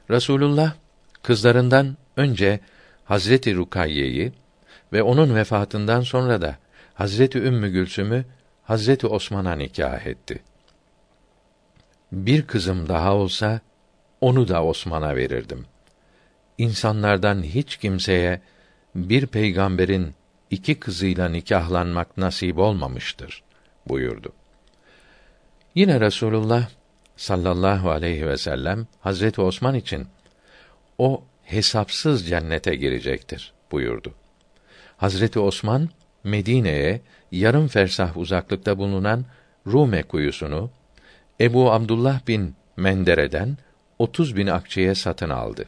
Resulullah kızlarından önce Hazreti Rukayye'yi ve onun vefatından sonra da Hazreti Ümmü Gülsüm'ü Hazreti Osman'a nikah etti. Bir kızım daha olsa onu da Osman'a verirdim. İnsanlardan hiç kimseye bir peygamberin 2 kızıyla nikahlanmak nasip olmamıştır buyurdu. Yine Resulullah sallallahu aleyhi ve sellem Hazreti Osman için o hesapsız cennete girecektir buyurdu. Hazreti Osman Medine'ye yarım fersah uzaklıkta bulunan Rume kuyusunu Ebu Abdullah bin Mendere'den 30.000 akçeye satın aldı.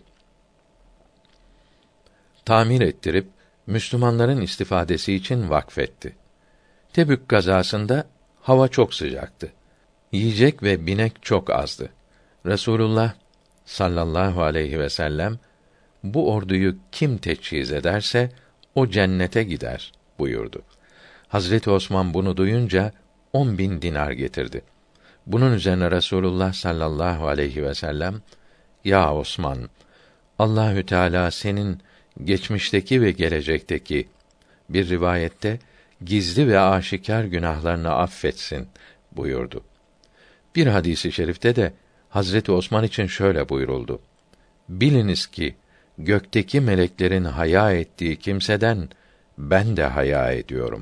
Tamir ettirip Müslümanların istifadesi için vakfetti. Tebük gazasında hava çok sıcaktı. Yiyecek ve binek çok azdı. Resulullah sallallahu aleyhi ve sellem bu orduyu kim teçhiz ederse o cennete gider buyurdu. Hazreti Osman bunu duyunca 10.000 dinar getirdi. Bunun üzerine Resulullah sallallahu aleyhi ve sellem, ya Osman, Allahü Teala senin geçmişteki ve gelecekteki, bir rivayette gizli ve aşikar günahlarını affetsin buyurdu. Bir hadisi şerifte de Hazreti Osman için şöyle buyuruldu: biliniz ki gökteki meleklerin haya ettiği kimseden ben de haya ediyorum.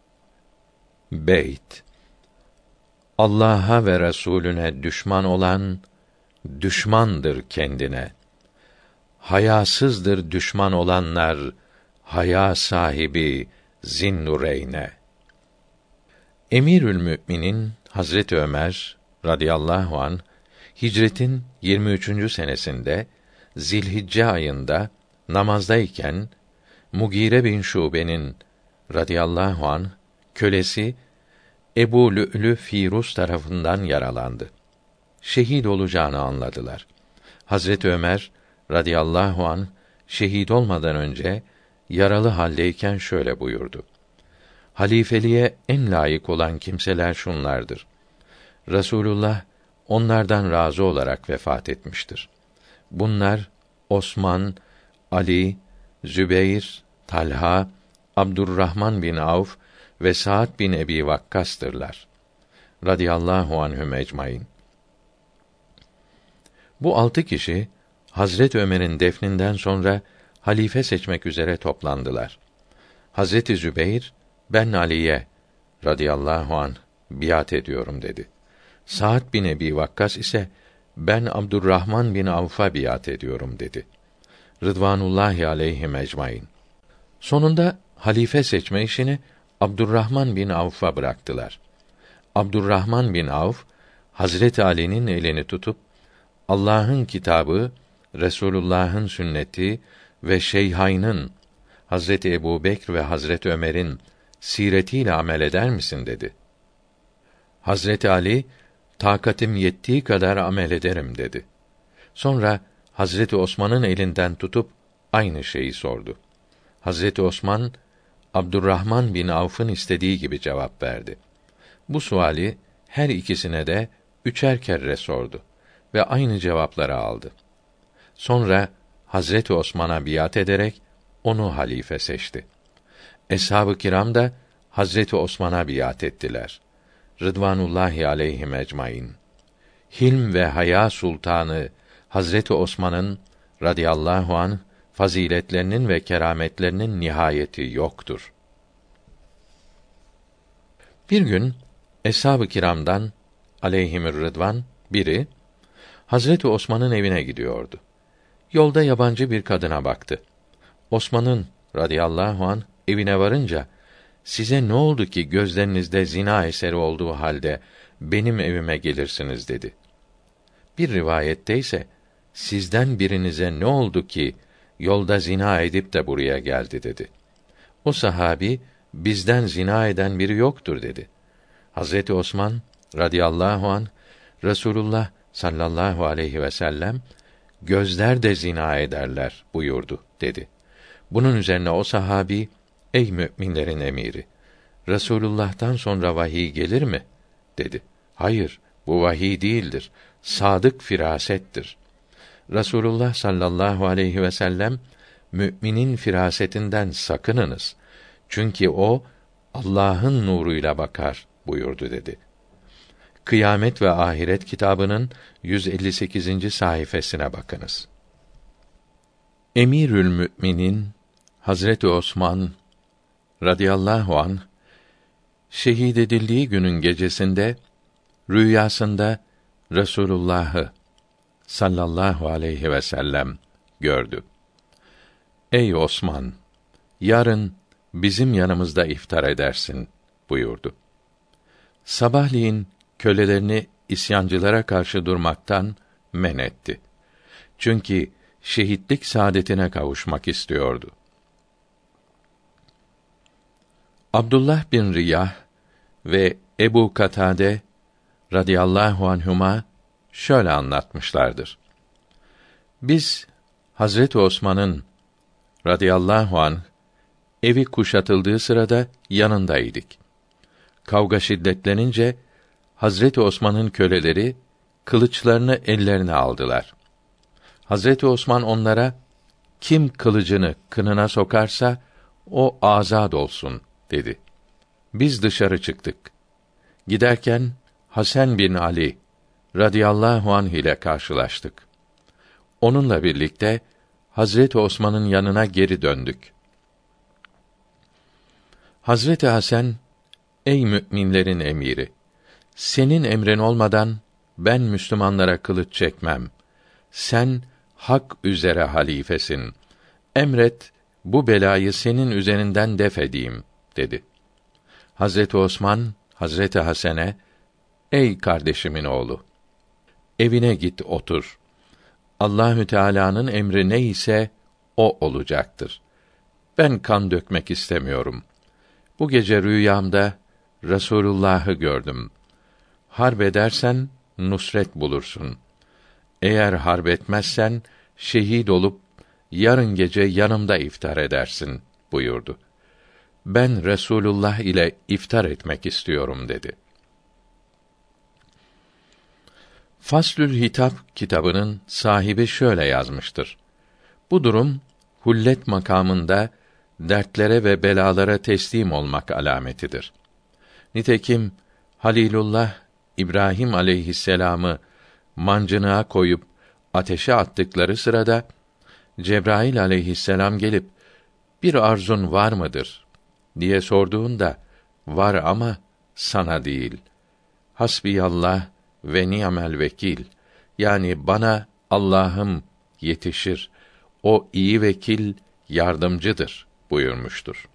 Beyt. Allah'a ve Resulüne düşman olan düşmandır kendine. Hayasızdır düşman olanlar haya sahibi Zinnureyne. Emirül Müminin Hazreti Ömer radıyallahu an hicretin 23. senesinde Zilhicce ayında namazdayken Mugire bin Şube'nin radıyallahu an kölesi Ebu Lü'lü Firuz tarafından yaralandı. Şehit olacağını anladılar. Hazreti Ömer radıyallahu an şehit olmadan önce yaralı haldeyken şöyle buyurdu: halifeliğe en layık olan kimseler şunlardır. Resulullah onlardan razı olarak vefat etmiştir. Bunlar Osman, Ali, Zübeyr, Talha, Abdurrahman bin Avf ve Sa'd bin Ebi Vakkas'tırlar. Radıyallahu anhum ecmaîn. Bu 6 kişi Hazret Ömer'in defninden sonra halife seçmek üzere toplandılar. Hazreti Zübeyr, ben Ali'ye radıyallahu anh biat ediyorum dedi. Sa'd bin Ebi Vakkas ise ben Abdurrahman bin Avf'a biat ediyorum dedi. Rıdvanullahi aleyhim ecmaîn. Sonunda halife seçme işini Abdurrahman bin Avf'a bıraktılar. Abdurrahman bin Avf Hazreti Ali'nin elini tutup Allah'ın kitabı, Resulullah'ın sünneti ve Şeyhayn'ın Hazreti Ebubekr ve Hazreti Ömer'in siretiyle amel eder misin dedi. Hazreti Ali takatim yettiği kadar amel ederim dedi. Sonra Hazreti Osman'ın elinden tutup aynı şeyi sordu. Hazreti Osman Abdurrahman bin Avf'ın istediği gibi cevap verdi. Bu suali her ikisine de 3'er kere sordu ve aynı cevapları aldı. Sonra Hazreti Osman'a biat ederek onu halife seçti. Eshab-ı kiram da Hazreti Osman'a biat ettiler. Rıdvanullahi aleyhim ecmaîn. Hilm ve haya sultanı Hazreti Osman'ın radıyallahu anh faziletlerinin ve kerametlerinin nihayeti yoktur. Bir gün eshab-ı kiramdan aleyhimür rıdvan biri Hazreti Osman'ın evine gidiyordu. Yolda yabancı bir kadına baktı. Osman'ın radıyallahu anh evine varınca size ne oldu ki gözlerinizde zina eseri olduğu halde benim evime gelirsiniz dedi. Bir rivayette ise sizden birinize ne oldu ki yolda zina edip de buraya geldi dedi. O sahabi bizden zina eden biri yoktur dedi. Hazreti Osman radıyallahu anh Resulullah sallallahu aleyhi ve sellem gözler de zina ederler buyurdu dedi. Bunun üzerine o sahabi ey müminlerin emiri Resulullah'tan sonra vahiy gelir mi dedi. Hayır, bu vahiy değildir. Sadık firasettir. Rasulullah sallallahu aleyhi ve sellem, müminin firasetinden sakınınız. Çünkü o Allah'ın nuruyla bakar buyurdu dedi. Kıyamet ve Ahiret kitabının 158. sayfasına bakınız. Emirül Müminin Hazreti Osman radıyallahu anh şehit edildiği günün gecesinde rüyasında Resulullah'ı sallallahu aleyhi ve sellem gördü. Ey Osman, yarın bizim yanımızda iftar edersin buyurdu. Sabahleyin kölelerini isyancılara karşı durmaktan men etti. Çünkü şehitlik saadetine kavuşmak istiyordu. Abdullah bin Riyah ve Ebu Katade radıyallahu anhuma şöyle anlatmışlardır. Biz Hazreti Osman'ın radıyallahu anh evi kuşatıldığı sırada yanındaydık. Kavga şiddetlenince Hazreti Osman'ın köleleri kılıçlarını ellerine aldılar. Hazreti Osman onlara, kim kılıcını kınına sokarsa o azad olsun dedi. Biz dışarı çıktık. Giderken Hasan bin Ali radıyallahu anh ile karşılaştık. Onunla birlikte Hazreti Osman'ın yanına geri döndük. Hazreti Hasan, ey müminlerin emiri, senin emrin olmadan ben Müslümanlara kılıç çekmem. Sen hak üzere halifesin. Emret, bu belayı senin üzerinden def edeyim dedi. Hazreti Osman Hazreti Hasan'e, ey kardeşimin oğlu, evine git otur. Allahü Teala'nın emri ne ise o olacaktır. Ben kan dökmek istemiyorum. Bu gece rüyamda Resulullah'ı gördüm. Harp edersen nusret bulursun. Eğer harp etmezsen şehit olup yarın gece yanımda iftar edersin buyurdu. Ben Resulullah ile iftar etmek istiyorum dedi. Faslül Hitap kitabının sahibi şöyle yazmıştır. Bu durum hullet makamında dertlere ve belalara teslim olmak alametidir. Nitekim Halilullah İbrahim aleyhisselamı mancınığa koyup ateşe attıkları sırada Cebrail aleyhisselam gelip bir arzun var mıdır diye sorduğunda var ama sana değil. Hasbiyallah ve ni'mel vekil, yani bana Allah'ım yetişir. O iyi vekil, yardımcıdır buyurmuştur.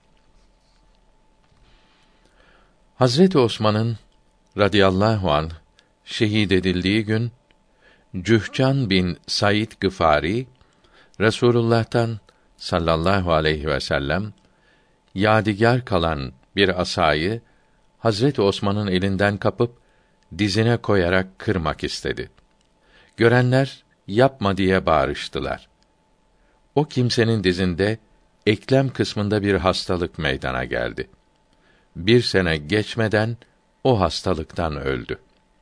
Hazreti Osman'ın radıyallahu anh şehit edildiği gün Cühcan bin Said Gıfari Resulullah'tan sallallahu aleyhi ve sellem yadigar kalan bir asayı Hazreti Osman'ın elinden kapıp dizine koyarak kırmak istedi. Görenler yapma diye bağırıştılar. O kimsenin dizinde eklem kısmında bir hastalık meydana geldi. 1 sene geçmeden o hastalıktan öldü.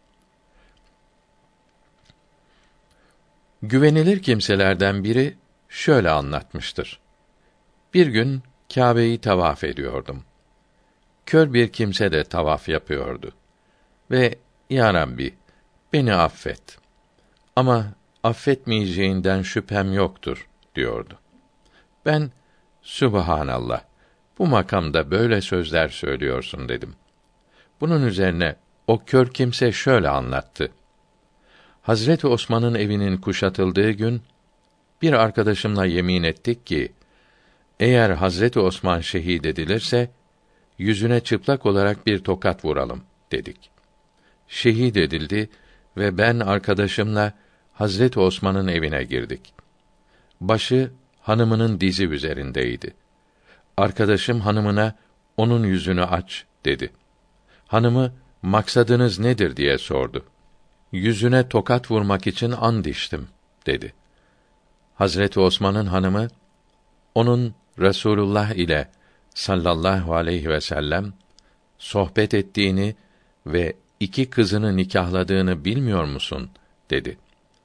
Güvenilir kimselerden biri şöyle anlatmıştır. Bir gün Kâbe'yi tavaf ediyordum. Kör bir kimse de tavaf yapıyordu. Ve ya Rabbi, beni affet. Ama affetmeyeceğinden şüphem yoktur diyordu. Ben, Sübhanallah, bu makamda böyle sözler söylüyorsun dedim. Bunun üzerine o kör kimse şöyle anlattı. Hazreti Osman'ın evinin kuşatıldığı gün bir arkadaşımla yemin ettik ki eğer Hazreti Osman şehit edilirse yüzüne çıplak olarak bir tokat vuralım dedik. Şehit edildi ve ben arkadaşımla Hazreti Osman'ın evine girdik. Başı hanımının dizi üzerindeydi. Arkadaşım hanımına onun yüzünü aç dedi. Hanımı maksadınız nedir diye sordu. Yüzüne tokat vurmak için and içtim dedi. Hazreti Osman'ın hanımı onun Resulullah ile sallallahu aleyhi ve sellem sohbet ettiğini ve 2 kızını nikahladığını bilmiyor musun dedi.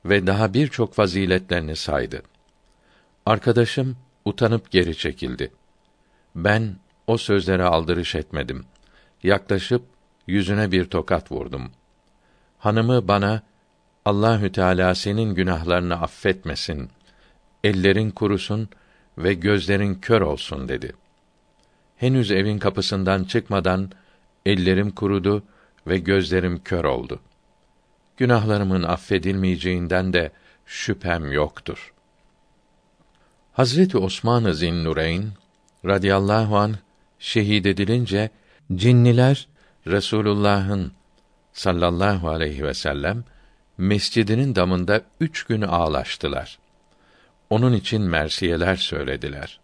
ve daha birçok faziletlerini saydı. Arkadaşım utanıp geri çekildi. Ben o sözlere aldırış etmedim. Yaklaşıp yüzüne bir tokat vurdum. Hanımı bana, Allahü Teala senin günahlarını affetmesin, ellerin kurusun ve gözlerin kör olsun dedi. Henüz evin kapısından çıkmadan ellerim kurudu ve gözlerim kör oldu. Günahlarımın affedilmeyeceğinden de şüphem yoktur. Hazreti Osman-ı Zinnureyn radıyallahu anh şehit edilince cinniler Resulullah'ın sallallahu aleyhi ve sellem mescidinin damında 3 gün ağlaştılar. Onun için mersiyeler söylediler.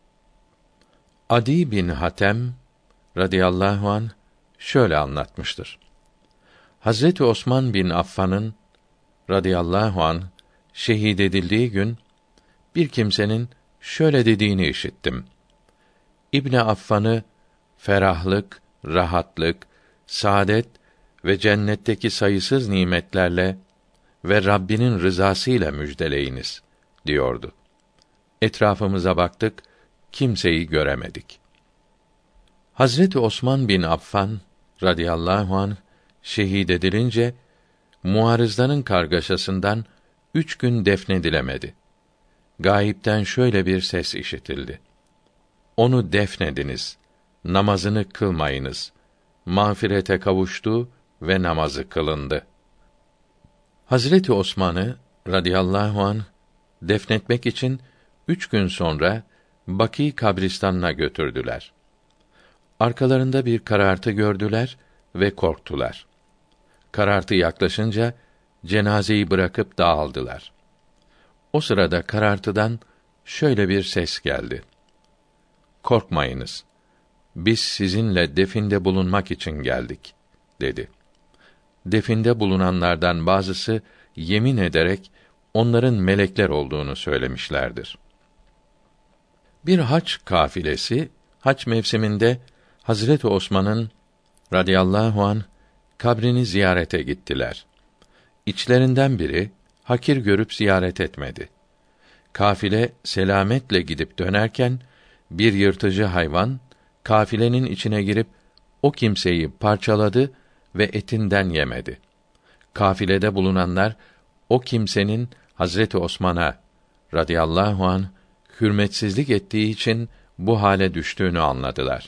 Adi bin Hatem radıyallahu anh şöyle anlatmıştır. Hazreti Osman bin Affan'ın radıyallahu anh şehit edildiği gün bir kimsenin şöyle dediğini işittim. İbni Affan'ı ferahlık, rahatlık, saadet ve cennetteki sayısız nimetlerle ve Rabbinin rızasıyla müjdeleyiniz diyordu. Etrafımıza baktık, kimseyi göremedik. Hazreti Osman bin Affan radıyallahu anh şehit edilince muarızların kargaşasından 3 gün defnedilemedi. Gâipten şöyle bir ses işitildi. Onu defnediniz, namazını kılmayınız. Mağfirete kavuştu ve namazı kılındı. Hazreti Osman'ı radıyallahu anh defnetmek için 3 gün sonra Bakî kabristanına götürdüler. Arkalarında bir karartı gördüler ve korktular. Karartı yaklaşınca cenazeyi bırakıp dağıldılar. O sırada karartıdan şöyle bir ses geldi. Korkmayınız. Biz sizinle definde bulunmak için geldik, dedi. Definde bulunanlardan bazısı yemin ederek onların melekler olduğunu söylemişlerdir. Bir hac kafilesi hac mevsiminde Hazreti Osman'ın radıyallahu anh kabrini ziyarete gittiler. İçlerinden biri hakir görüp ziyaret etmedi. Kafile selametle gidip dönerken bir yırtıcı hayvan kafilenin içine girip o kimseyi parçaladı ve etinden yemedi. Kafilede bulunanlar o kimsenin Hazreti Osman'a radıyallahu anh hürmetsizlik ettiği için bu hale düştüğünü anladılar.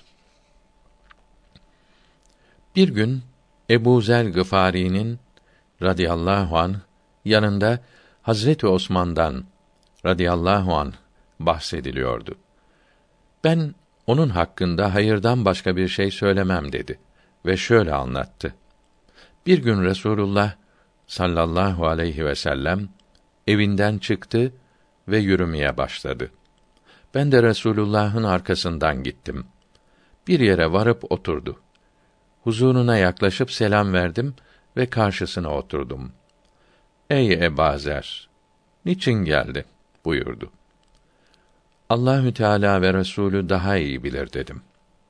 Bir gün Ebu Zer Gıfari'nin radıyallahu anh yanında Hazreti Osman'dan radıyallahu anh bahsediliyordu. Ben onun hakkında hayırdan başka bir şey söylemem dedi ve şöyle anlattı. Bir gün Resulullah sallallahu aleyhi ve sellem evinden çıktı ve yürümeye başladı. Ben de Resulullah'ın arkasından gittim. Bir yere varıp oturdu. Huzuruna yaklaşıp selam verdim ve karşısına oturdum. Ey Ebu Zer, niçin geldi? Buyurdu. Allahü Teala ve Resulü daha iyi bilir dedim.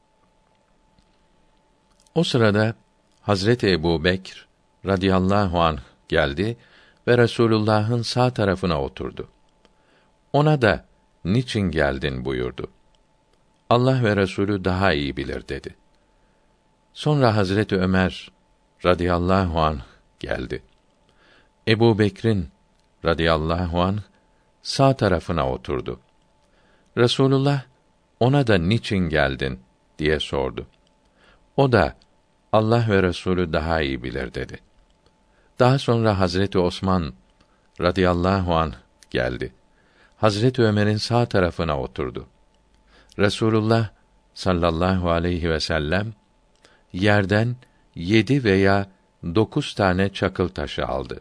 O sırada Hazreti Ebubekr radıyallahu anh geldi ve Resulullah'ın sağ tarafına oturdu. Ona da niçin geldin buyurdu. Allah ve Resulü daha iyi bilir dedi. Sonra Hazreti Ömer radıyallahu anh geldi. Ebubekir'in radıyallahu anh sağ tarafına oturdu. Resulullah ona da niçin geldin diye sordu. O da Allah ve Resulü daha iyi bilir dedi. Daha sonra Hazreti Osman radıyallahu anh geldi. Hazreti Ömer'in sağ tarafına oturdu. Resulullah sallallahu aleyhi ve sellem yerden 7 veya 9 tane çakıl taşı aldı.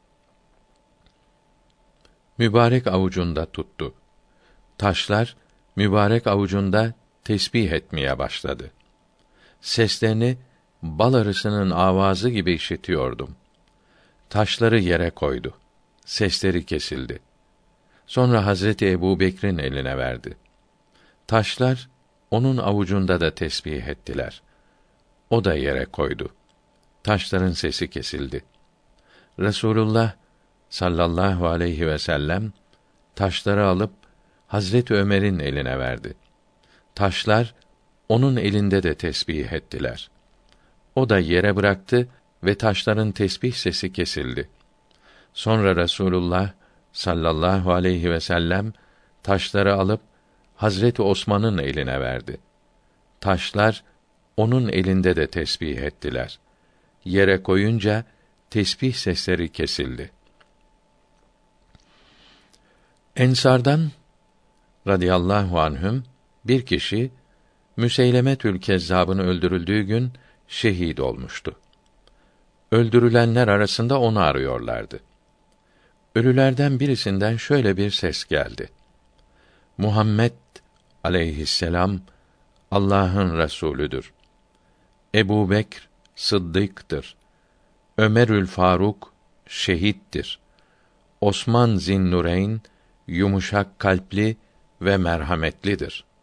Mübarek avucunda tuttu. Taşlar mübarek avucunda tesbih etmeye başladı. Seslerini bal arısının avazı gibi işitiyordum. Taşları yere koydu. Sesleri kesildi. Sonra Hazreti Ebubekir'in eline verdi. Taşlar onun avucunda da tesbih ettiler. O da yere koydu. Taşların sesi kesildi. Resulullah sallallahu aleyhi ve sellem taşları alıp Hazreti Ömer'in eline verdi. Taşlar onun elinde de tesbih ettiler. O da yere bıraktı ve taşların tesbih sesi kesildi. Sonra Resulullah sallallahu aleyhi ve sellem taşları alıp Hazreti Osman'ın eline verdi. Taşlar onun elinde de tesbih ettiler. Yere koyunca tesbih sesleri kesildi. Ensardan radıyallahu anhüm bir kişi Müseylemetül Kezzab'ın öldürüldüğü gün şehit olmuştu. Öldürülenler arasında onu arıyorlardı. Ölülerden birisinden şöyle bir ses geldi. Muhammed aleyhisselam Allah'ın Resulüdür. Ebu Bekr Sıddık'tır. Ömerül Faruk şehittir. Osman Zinnureyn yumuşak kalpli ve merhametlidir.